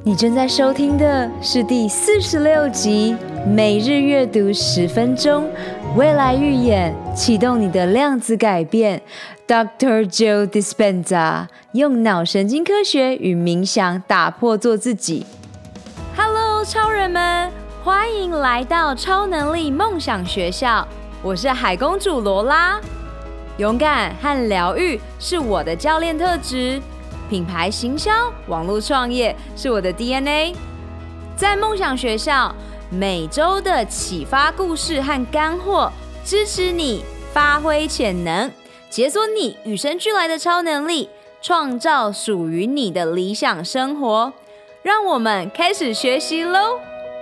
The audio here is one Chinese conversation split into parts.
你正在收听的是第46集每日阅读10分钟，未来预演，启动你的量子改变。Dr. Joe Dispenza 用脑神经科学与冥想打破做自己。Hello， 超人们，欢迎来到超能力梦想学校，我是海公主罗拉。勇敢和疗愈是我的教练特质。品牌行销、网络创业是我的 DNA。 在梦想学校，每周的启发故事和干货，支持你发挥潜能，解锁你与生俱来的超能力，创造属于你的理想生活。让我们开始学习咯！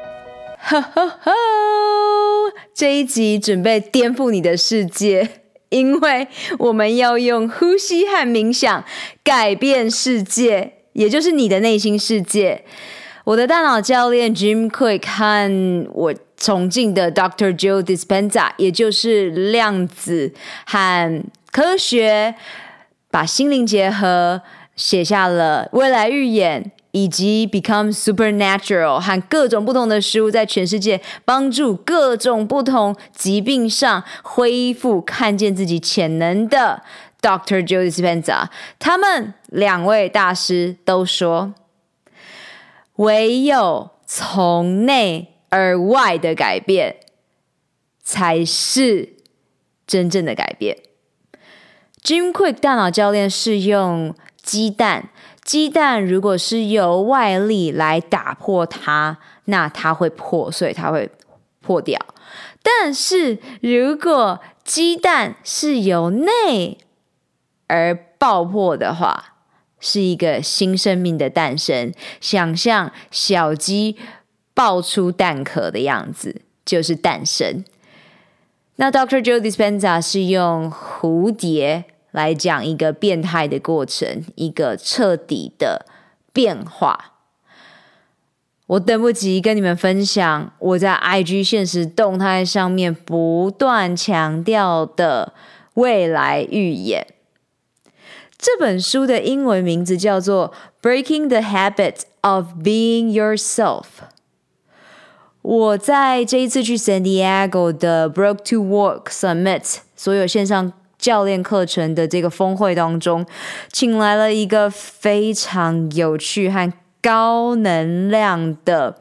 这一集准备颠覆你的世界，因为我们要用呼吸和冥想改变世界，也就是你的内心世界。我的大脑教练 Jim Quick 和我崇敬的 Dr. Joe Dispenza， 也就是量子和科学，把心灵结合，写下了未来预言以及 Become Supernatural 和各种不同的书，在全世界帮助各种不同疾病上恢复看见自己潜能的 Dr. Joe Dispenza。 他们两位大师都说，唯有从内而外的改变才是真正的改变。 Jim Quick 大脑教练是用鸡蛋如果是由外力来打破它，那它会破碎，它会破掉。但是如果鸡蛋是由内而爆破的话，是一个新生命的诞生。想象小鸡爆出蛋壳的样子，就是诞生。那 Dr. Joe Dispenza 是用蝴蝶来讲一个变态的过程，一个彻底的变化。我等不及跟你们分享我在 IG 限时动态上面不断强调的未来预言。这本书的英文名字叫做 Breaking the Habit of Being Yourself。 我在这一次去 San Diego 的 Broke to Work Summit 所有线上教练课程的这个峰会当中，请来了一个非常有趣和高能量的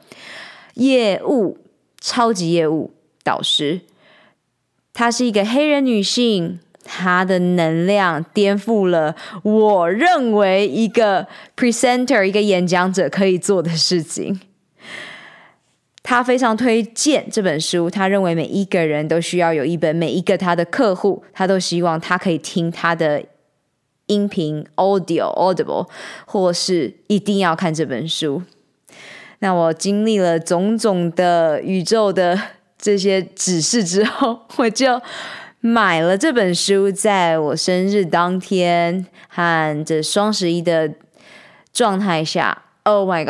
超级业务导师。她是一个黑人女性，她的能量颠覆了我认为一个 presenter 一个演讲者可以做的事情。他非常推荐这本书，他认为每一个人都需要有一本，每一个他的客户，他都希望他可以听他的音频 Audible， 或是一定要看这本书。那我经历了种种的宇宙的这些指示之后，我就买了这本书，在我生日当天和这双11的状态下 ，Oh my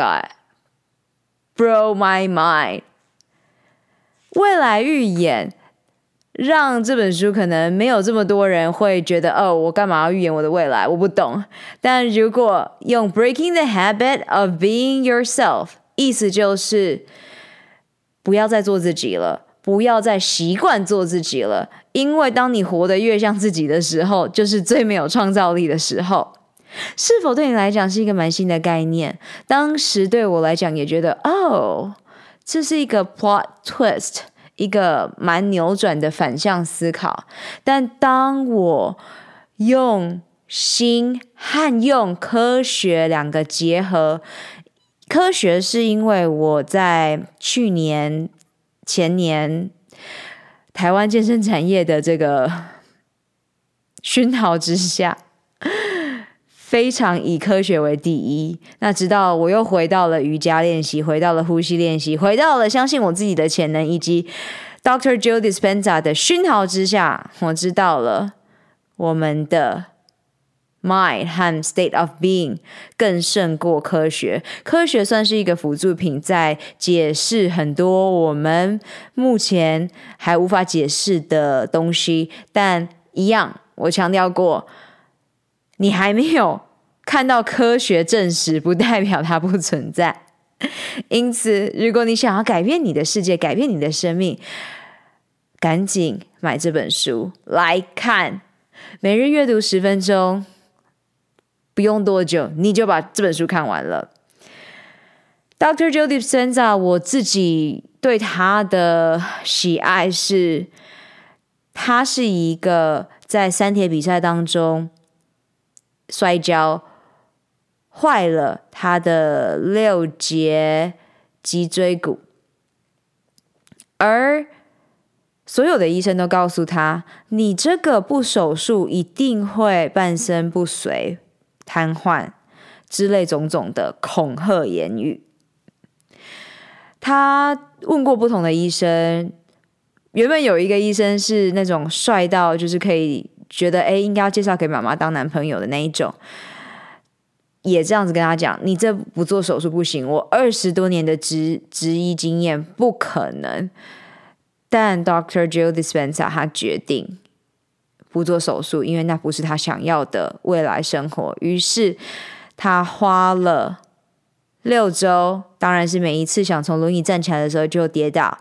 God，Blow my mind！ 未来预言让这本书可能没有这么多人会觉得，我干嘛要预言我的未来？我不懂。但如果用 Breaking the Habit of Being Yourself， 意思就是不要再做自己了，不要再习惯做自己了，因为当你活得越像自己的时候，就是最没有创造力的时候。是否对你来讲是一个蛮新的概念？当时对我来讲也觉得这是一个 plot twist， 一个蛮扭转的反向思考。但当我用心和用科学两个结合，科学是因为我在去年前年台湾健身产业的这个熏陶之下，非常以科学为第一。那直到我又回到了瑜伽练习，回到了呼吸练习，回到了相信我自己的潜能，以及 Dr. Joe Dispenza 的熏陶之下，我知道了我们的 mind 和 state of being 更胜过科学。科学算是一个辅助品，在解释很多我们目前还无法解释的东西，但一样我强调过，你还没有看到科学证实，不代表它不存在。 因此，如果你想要改变你的世界，改变你的生命，赶紧买这本书来看。每日阅读10分钟，不用多久，你就把这本书看完了。Dr. Joe Dispenza， 我自己对他的喜爱是，他是一个在三铁比赛当中摔跤坏了他的6节脊椎骨，而所有的医生都告诉他，你这个不手术一定会半身不遂、瘫痪之类种种的恐吓言语。他问过不同的医生，原本有一个医生是那种帅到就是可以觉得应该要介绍给妈妈当男朋友的那一种，也这样子跟他讲，你这不做手术不行，我20多年的执医经验不可能。但 Dr. Joe Dispenza 他决定不做手术，因为那不是他想要的未来生活。于是他花了6周，当然是每一次想从轮椅站起来的时候就跌倒，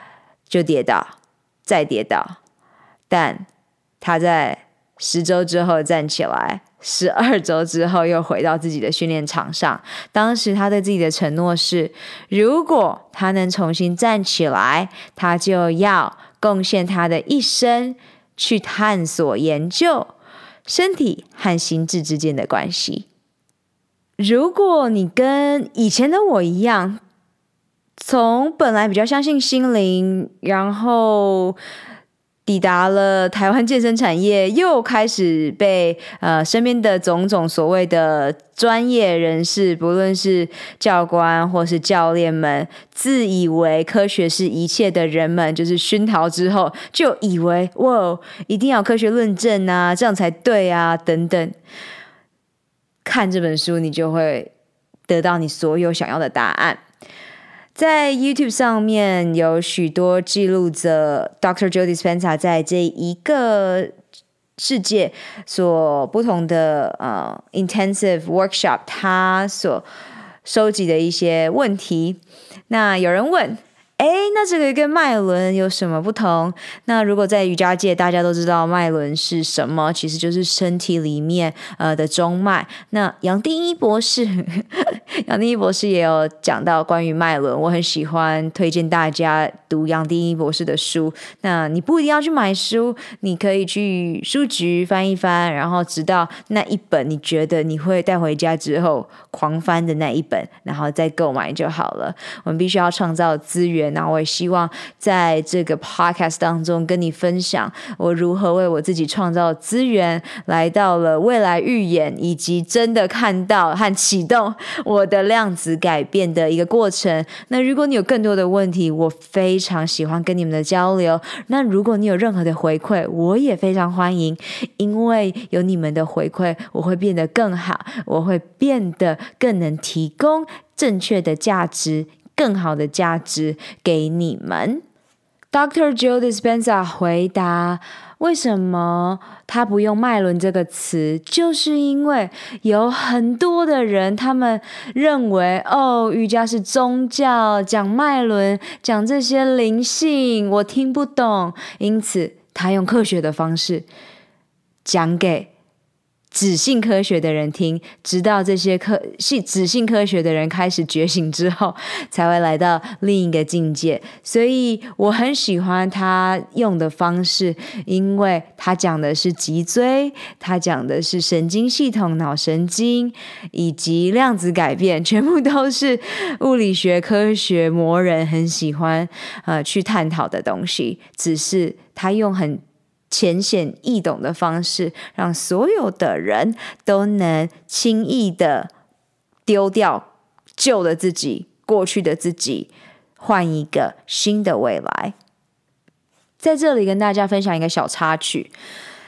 再跌倒。但他在10周之后站起来，12周之后又回到自己的训练场上。当时他对自己的承诺是，如果他能重新站起来，他就要贡献他的一生去探索研究身体和心智之间的关系。如果你跟以前的我一样，从本来比较相信心灵，然后抵达了台湾健身产业，又开始被身边的种种所谓的专业人士，不论是教官或是教练们，自以为科学是一切的人们，就是熏陶之后，就以为哇，一定要科学论证啊，这样才对啊，等等。看这本书，你就会得到你所有想要的答案。在 YouTube 上面有许多记录着 Dr. Joe Dispenza 在这一个世界所不同的intensive workshop 他所收集的一些问题。那有人问，那这个跟脉轮有什么不同？那如果在瑜伽界大家都知道脉轮是什么，其实就是身体里面的中脉。那杨定一博士也有讲到关于脉轮，我很喜欢推荐大家读杨定一博士的书。那你不一定要去买书，你可以去书局翻一翻，然后直到那一本你觉得你会带回家之后狂翻的那一本，然后再购买就好了。我们必须要创造资源，然后我也希望在这个 podcast 当中跟你分享我如何为我自己创造资源，来到了未来预演以及真的看到和启动我的量子改变的一个过程。那如果你有更多的问题，我非常喜欢跟你们的交流。那如果你有任何的回馈，我也非常欢迎，因为有你们的回馈，我会变得更好，我会变得更能提供正确的价值，更好的价值给你们。Dr. Joe Dispenza 回答，为什么他不用脉轮这个词，就是因为有很多的人他们认为瑜伽是宗教，讲脉轮，讲这些灵性我听不懂，因此他用科学的方式讲给只信科学的人听，直到这些只信科学的人开始觉醒之后，才会来到另一个境界。所以我很喜欢他用的方式，因为他讲的是脊椎，他讲的是神经系统、脑神经以及量子改变，全部都是物理学、科学魔人很喜欢去探讨的东西，只是他用很浅显易懂的方式，让所有的人都能轻易的丢掉旧的自己、过去的自己，换一个新的未来。在这里跟大家分享一个小插曲，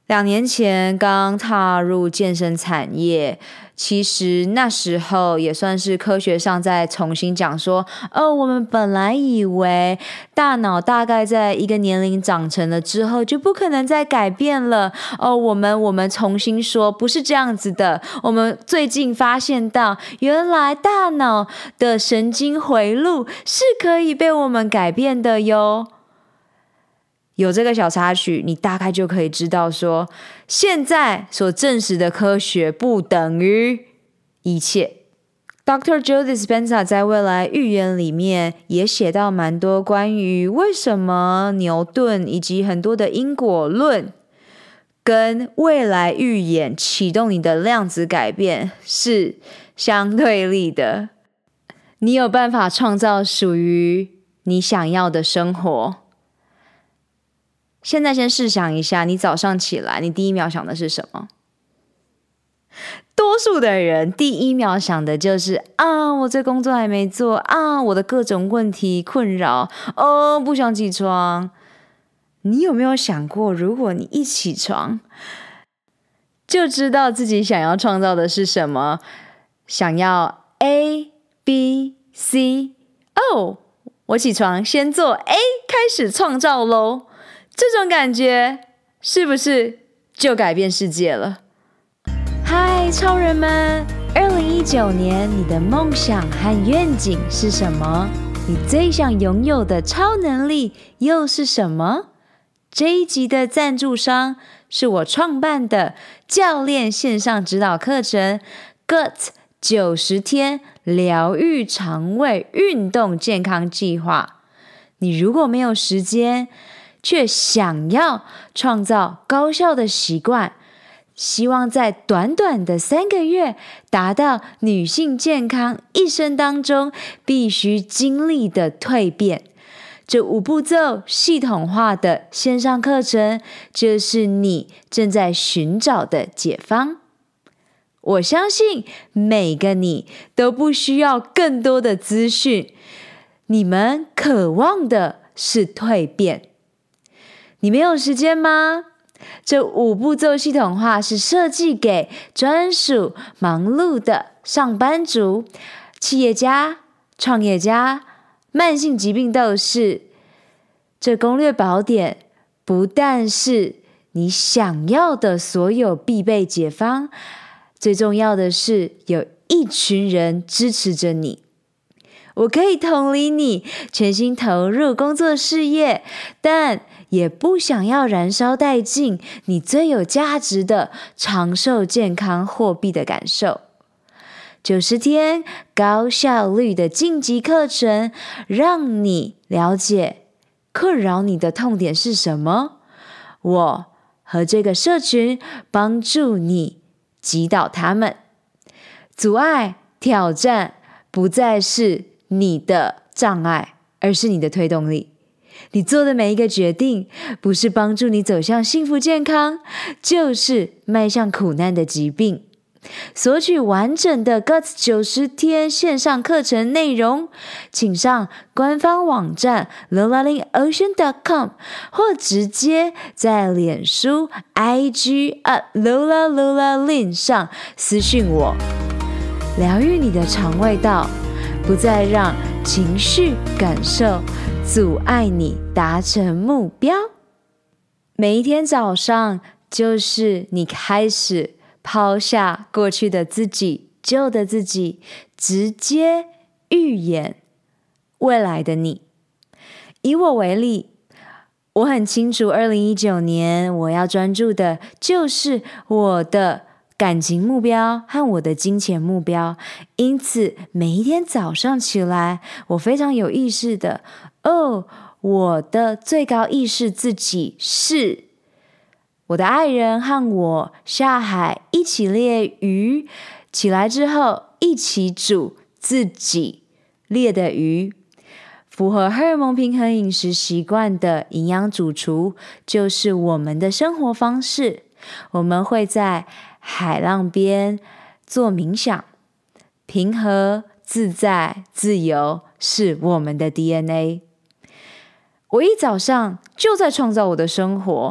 2年前刚踏入健身产业，其实那时候也算是科学上在重新讲说，我们本来以为大脑大概在一个年龄长成了之后就不可能再改变了，我们重新说不是这样子的，我们最近发现到原来大脑的神经回路是可以被我们改变的哟。有这个小插曲，你大概就可以知道说，现在所证实的科学不等于一切。Dr. Joe Dispenza 在未来预言里面也写到蛮多关于为什么牛顿以及很多的因果论跟未来预言启动你的量子改变是相对立的。你有办法创造属于你想要的生活。现在先试想一下，你早上起来，你第一秒想的是什么？多数的人第一秒想的就是我这工作还没做我的各种问题困扰不想起床。你有没有想过，如果你一起床就知道自己想要创造的是什么，想要 A B C 我起床先做 A 开始创造咯，这种感觉是不是就改变世界了？嗨，超人们！2019年你的梦想和愿景是什么？你最想拥有的超能力又是什么？这一集的赞助商是我创办的教练线上指导课程 GUT 90天疗愈肠胃运动健康计划。你如果没有时间，却想要创造高效的习惯，希望在短短的3个月达到女性健康一生当中必须经历的蜕变，这5步骤系统化的线上课程就是你正在寻找的解方。我相信每个你都不需要更多的资讯，你们渴望的是蜕变。你没有时间吗？这5步骤系统化是设计给专属忙碌的上班族、企业家、创业家、慢性疾病斗士。这攻略宝典不但是你想要的所有必备解方，最重要的是有一群人支持着你。我可以同理你全心投入工作事业，但也不想要燃烧殆尽你最有价值的长寿健康货币的感受。90天高效率的晋级课程，让你了解困扰你的痛点是什么。我和这个社群帮助你击倒他们。阻碍、挑战不再是你的障碍，而是你的推动力。你做的每一个决定，不是帮助你走向幸福健康，就是迈向苦难的疾病。索取完整的 GUT 90天线上课程内容，请上官方网站 lolalingocean.com 或直接在脸书 IG @LolaLolaLin 上私讯我。疗愈你的肠胃道，不再让情绪感受阻碍你达成目标。每一天早上，就是你开始抛下过去的自己、旧的自己，直接预演未来的你。以我为例，我很清楚2019年我要专注的就是我的感情目标和我的金钱目标，因此每一天早上起来，我非常有意识的我的最高意识自己是我的爱人和我下海一起猎鱼，起来之后一起煮自己猎的鱼。符合荷尔蒙平衡饮食习惯的营养主厨就是我们的生活方式。我们会在海浪边做冥想，平和、自在、自由是我们的 DNA。我一早上就在创造我的生活，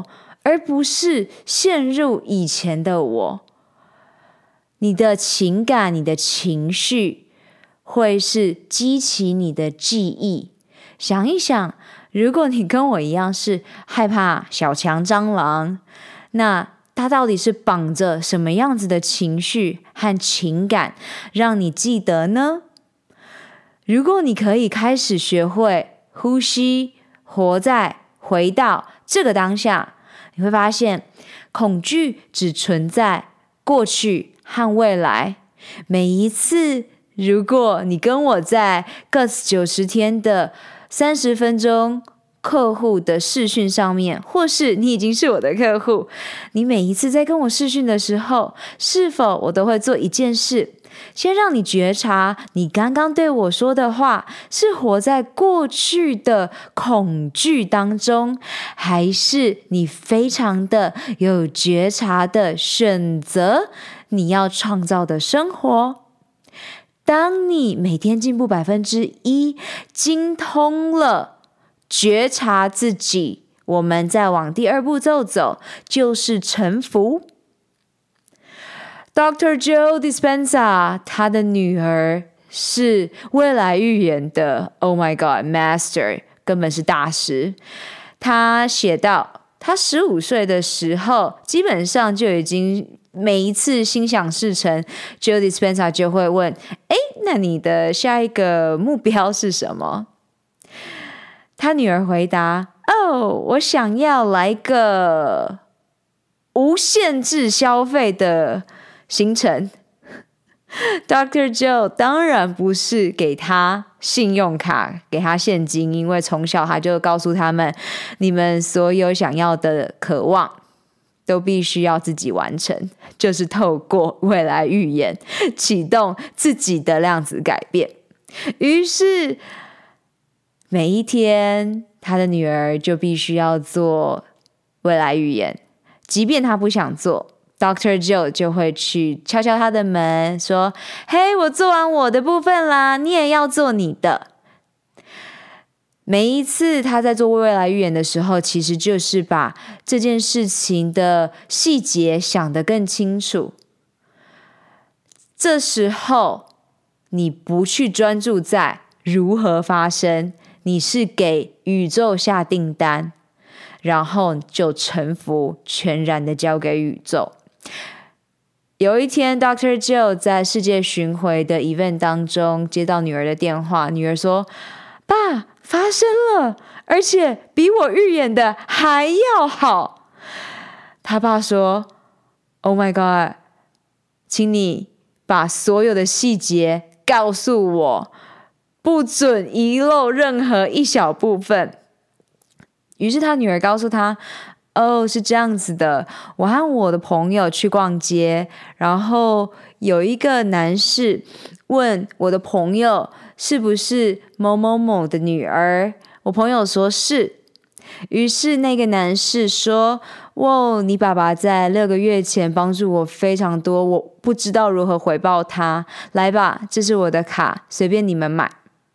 而不是陷入以前的我。你的情感、你的情绪会是激起你的记忆。想一想，如果你跟我一样是害怕小强蟑螂，那它到底是绑着什么样子的情绪和情感让你记得呢？如果你可以开始学会呼吸，回到这个当下，你会发现恐惧只存在过去和未来。每一次如果你跟我在 GUTS 90天的30分钟客户的视讯上面，或是你已经是我的客户，你每一次在跟我视讯的时候，是否我都会做一件事，先让你觉察你刚刚对我说的话是活在过去的恐惧当中，还是你非常的有觉察的选择你要创造的生活。当你每天进步1%，精通了觉察自己，我们再往第2步骤走，就是臣服。Dr. Joe Dispenza 他的女儿是未来预言的 Oh my God Master， 根本是大师。他写到他15岁的时候，基本上就已经每一次心想事成， Joe Dispenza 就会问那你的下一个目标是什么？他女儿回答我想要来个无限制消费的行程。Dr. Joe 当然不是给他信用卡，给他现金，因为从小他就告诉他们，你们所有想要的渴望都必须要自己完成，就是透过未来预言启动自己的量子改变。于是每一天他的女儿就必须要做未来预言，即便他不想做， Dr. Joe 就会去敲敲他的门说，嘿，我做完我的部分啦，你也要做你的。每一次他在做未来预言的时候，其实就是把这件事情的细节想得更清楚。这时候你不去专注在如何发生，你是给宇宙下订单，然后就臣服，全然的交给宇宙。有一天 Dr. Joe 在世界巡回的 event 当中接到女儿的电话，女儿说，爸，发生了，而且比我预言的还要好。他爸说， Oh my God， 请你把所有的细节告诉我，不准遗漏任何一小部分。于是他女儿告诉他，是这样子的，我和我的朋友去逛街，然后有一个男士问我的朋友是不是某某某的女儿，我朋友说是。于是那个男士说，哇，你爸爸在6个月前帮助我非常多，我不知道如何回报他，来吧，这是我的卡，随便你们买。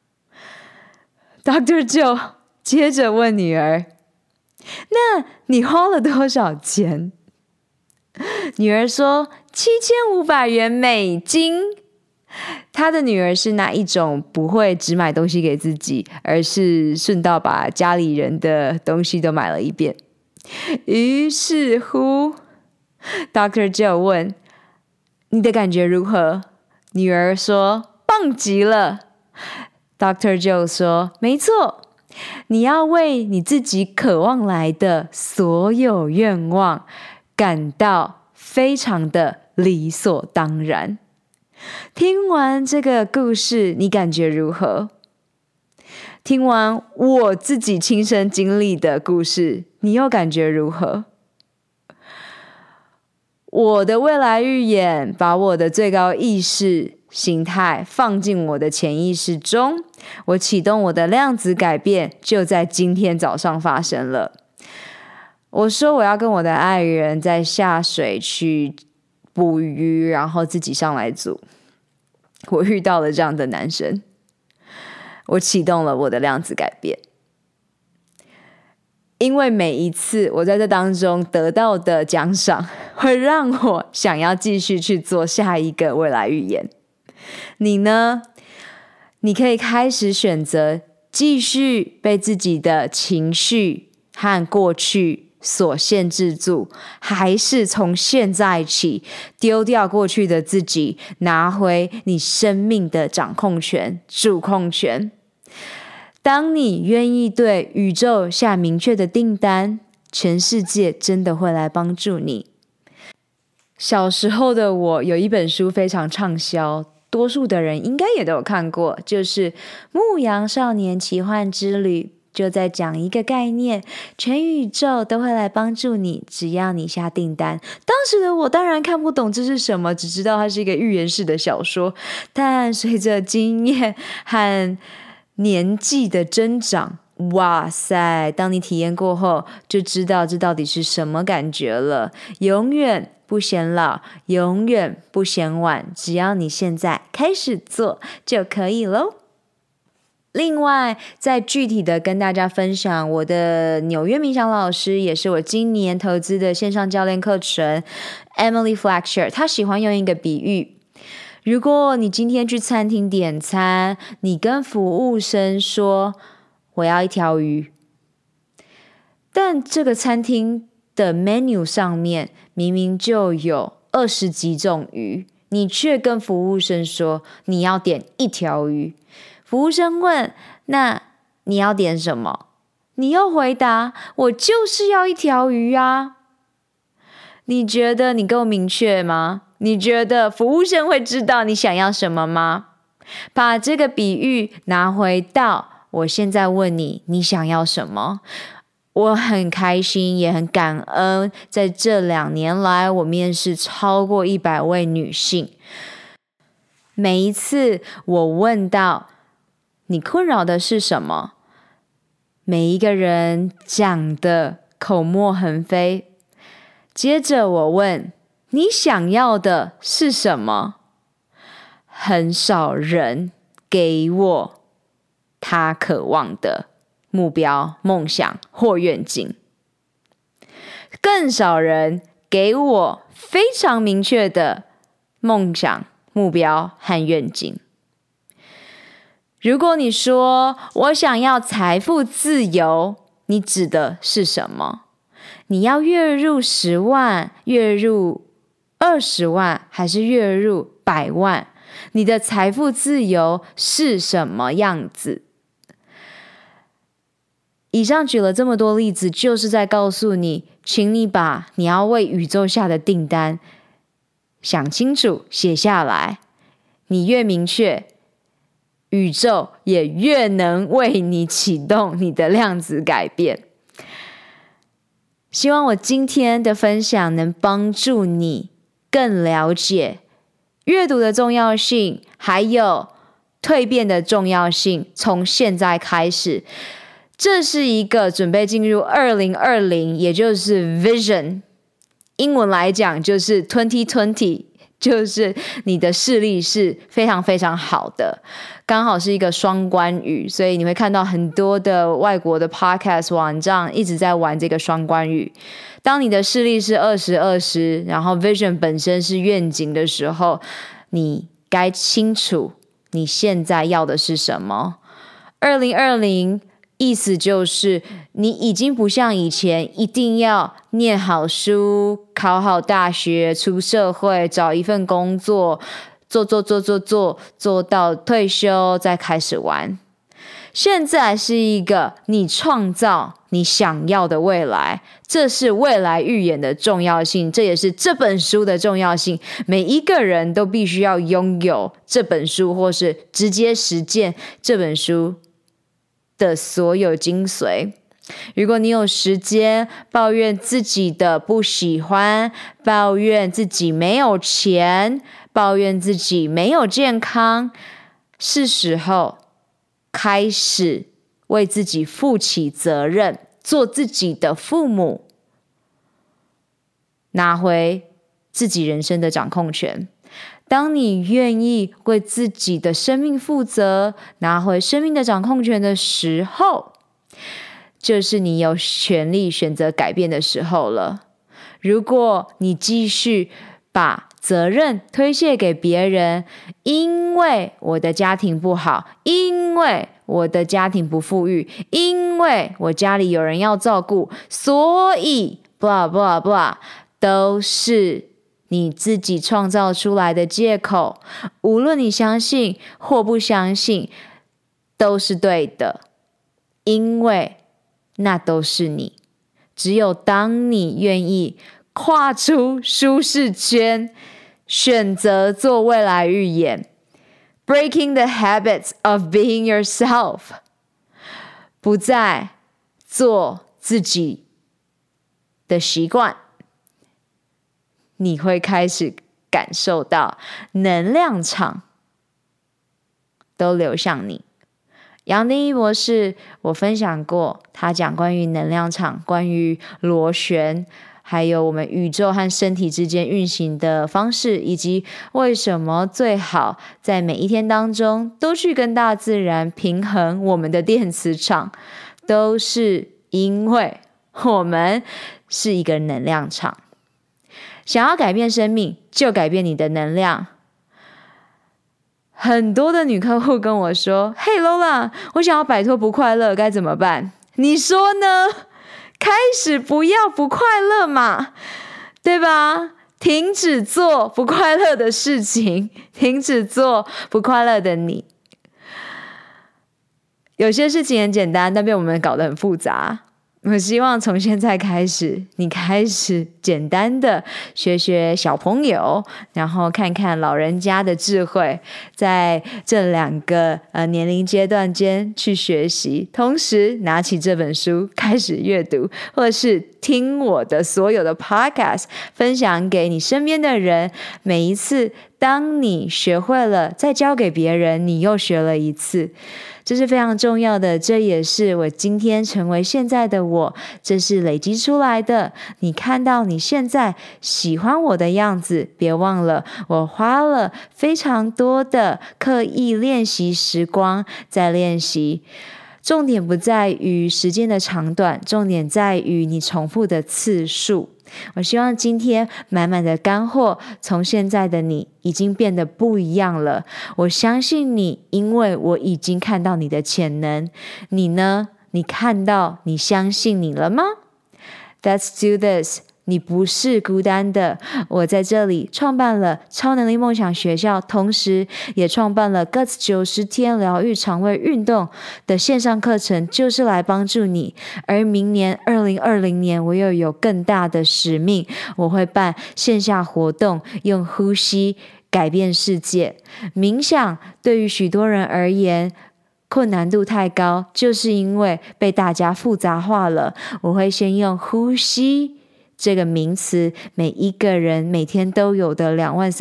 Dr. Joe 接着问女儿，那你花了多少钱？女儿说7500元美金。他的女儿是那一种不会只买东西给自己，而是顺道把家里人的东西都买了一遍。于是乎 Dr. Joe 问，你的感觉如何？女儿说，棒极了。 Dr. Joe 说，没错，你要为你自己渴望来的所有愿望感到非常的理所当然。听完这个故事，你感觉如何？听完我自己亲身经历的故事，你又感觉如何？我的未来预言把我的最高意识形态放进我的潜意识中，我启动我的量子改变就在今天早上发生了。我说我要跟我的爱人在下水去捕鱼，然后自己上来煮。我遇到了这样的男生，我启动了我的量子改变。 因为每一次我在这当中得到的奖赏，会让我想要继续去做下一个未来预言。你呢？你可以开始选择继续被自己的情绪和过去所限制住，还是从现在起丢掉过去的自己，拿回你生命的掌控权、主控权。当你愿意对宇宙下明确的订单，全世界真的会来帮助你。小时候的我有一本书非常畅销，多数的人应该也都有看过，就是《牧羊少年奇幻之旅》，就在讲一个概念，全宇宙都会来帮助你，只要你下订单。当时的我当然看不懂这是什么，只知道它是一个寓言式的小说，但随着经验和年纪的增长，哇塞，当你体验过后，就知道这到底是什么感觉了。永远不嫌老，永远不嫌晚，只要你现在开始做就可以咯。另外，再具体的跟大家分享我的纽约冥想老师，也是我今年投资的线上教练课程 Emily Fletcher， 她喜欢用一个比喻，如果你今天去餐厅点餐，你跟服务生说我要一条鱼，但这个餐厅的 menu 上面明明就有20几种鱼，你却跟服务生说你要点一条鱼。服务生问，那你要点什么？你又回答，我就是要一条鱼啊。你觉得你够明确吗？你觉得服务生会知道你想要什么吗？把这个比喻拿回到我现在问你，你想要什么？我很开心，也很感恩，在这2年来，我面试超过100位女性。每一次我问到你困扰的是什么，每一个人讲的口沫横飞。接着我问你想要的是什么？很少人给我他渴望的目标、梦想或愿景，更少人给我非常明确的梦想、目标和愿景。如果你说我想要财富自由，你指的是什么？你要月入10万、月入20万，还是月入100万？你的财富自由是什么样子？以上举了这么多例子，就是在告诉你，请你把你要为宇宙下的订单想清楚，写下来。你越明确，宇宙也越能为你启动你的量子改变。希望我今天的分享能帮助你更了解阅读的重要性，还有蜕变的重要性。从现在开始，这是一个准备进入2020，也就是 Vision， 英文来讲就是 2020， 就是你的视力是非常非常好的，刚好是一个双关语，所以你会看到很多的外国的 podcast 网站一直在玩这个双关语。当你的视力是20/20，然后 Vision 本身是愿景的时候，你该清楚你现在要的是什么。2020意思就是你已经不像以前一定要念好书、考好大学、出社会、找一份工作，做到退休再开始玩。现在是一个你创造你想要的未来，这是未来预言的重要性，这也是这本书的重要性。每一个人都必须要拥有这本书，或是直接实践这本书的所有精髓。如果你有时间抱怨自己的不喜欢，抱怨自己没有钱，抱怨自己没有健康，是时候开始为自己负起责任，做自己的父母，拿回自己人生的掌控权。当你愿意为自己的生命负责，拿回生命的掌控权的时候， 就是你有权利选择改变的时候了。如果你继续把责任推卸给别人，因为我的家庭不好，因为我的家庭不富裕，因为我家里有人要照顾，所以 blah blah blah， 都是你自己创造出来的借口。无论你相信或不相信，都是对的，因为那都是你。只有当你愿意跨出舒适圈，选择做未来预言 Breaking the habits of being yourself， 不再做自己的习惯，你会开始感受到能量场都流向你。杨定一博士我分享过，他讲关于能量场，关于螺旋，还有我们宇宙和身体之间运行的方式，以及为什么最好在每一天当中都去跟大自然平衡我们的电磁场，都是因为我们是一个能量场。想要改变生命，就改变你的能量。很多的女客户跟我说，嘿 Lola， 我想要摆脱不快乐，该怎么办？你说呢？开始不要不快乐嘛，对吧？停止做不快乐的事情，停止做不快乐的你。有些事情很简单，但被我们搞得很复杂。我希望从现在开始，你开始简单的学学小朋友，然后看看老人家的智慧，在这两个年龄阶段间去学习，同时拿起这本书开始阅读，或者是听我的所有的 podcast， 分享给你身边的人。每一次当你学会了，再教给别人，你又学了一次。这是非常重要的，这也是我今天成为现在的我，这是累积出来的。你看到你现在喜欢我的样子，别忘了我花了非常多的刻意练习时光在练习。重点不在于时间的长短，重点在于你重复的次数。我希望今天满满的干货，从现在的你已经变得不一样了。我相信你，因为我已经看到你的潜能。你呢？你看到，你相信你了吗？ Let's do this。你不是孤单的，我在这里创办了超能力梦想学校，同时也创办了 Guts 90天疗愈肠胃运动的线上课程，就是来帮助你。而明年2020年，我又有更大的使命，我会办线下活动，用呼吸改变世界。冥想对于许多人而言困难度太高，就是因为被大家复杂化了。我会先用呼吸这个名词，每一个人每天都有的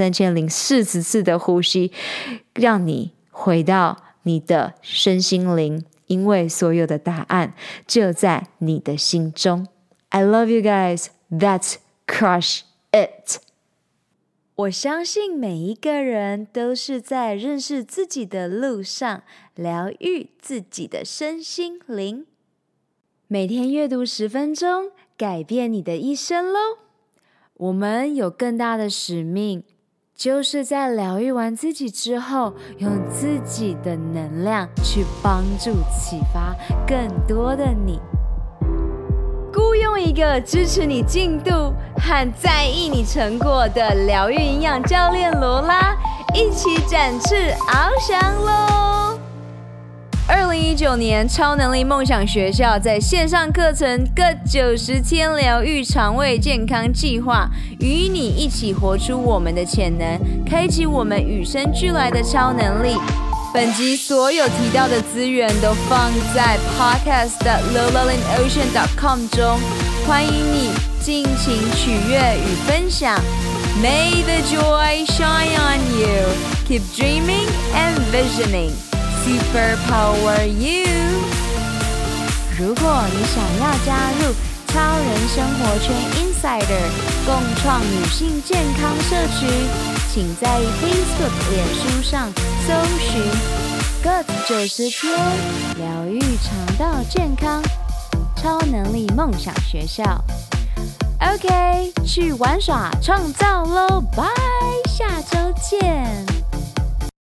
23040次的呼吸，让你回到你的身心灵，因为所有的答案就在你的心中。I love you guys. That's crush it. 我相信每一个人都是在认识自己的路上，疗愈自己的身心灵。每天阅读10分钟，改变你的一生咯。我们有更大的使命，就是在疗愈完自己之后，用自己的能量去帮助启发更多的你。雇佣一个支持你进度和在意你成果的疗愈营养教练罗拉，一起展翅翱翔咯。2019年超能力梦想学校在线上课程各90天疗愈肠胃健康计划，与你一起活出我们的潜能，开启我们与生俱来的超能力。本集所有提到的资源都放在 podcast.lolalineocean.com 中，欢迎你尽情取悦与分享。May the joy shine on you. Keep dreaming and visioning.Superpower you。 如果你想要加入超人生活圈 Insider 共创女性健康社区，请在 Facebook 脸书上搜寻 Guts 90天疗愈肠道健康， 超能力梦想学校。OK， 去玩耍创造喽，拜，下周见。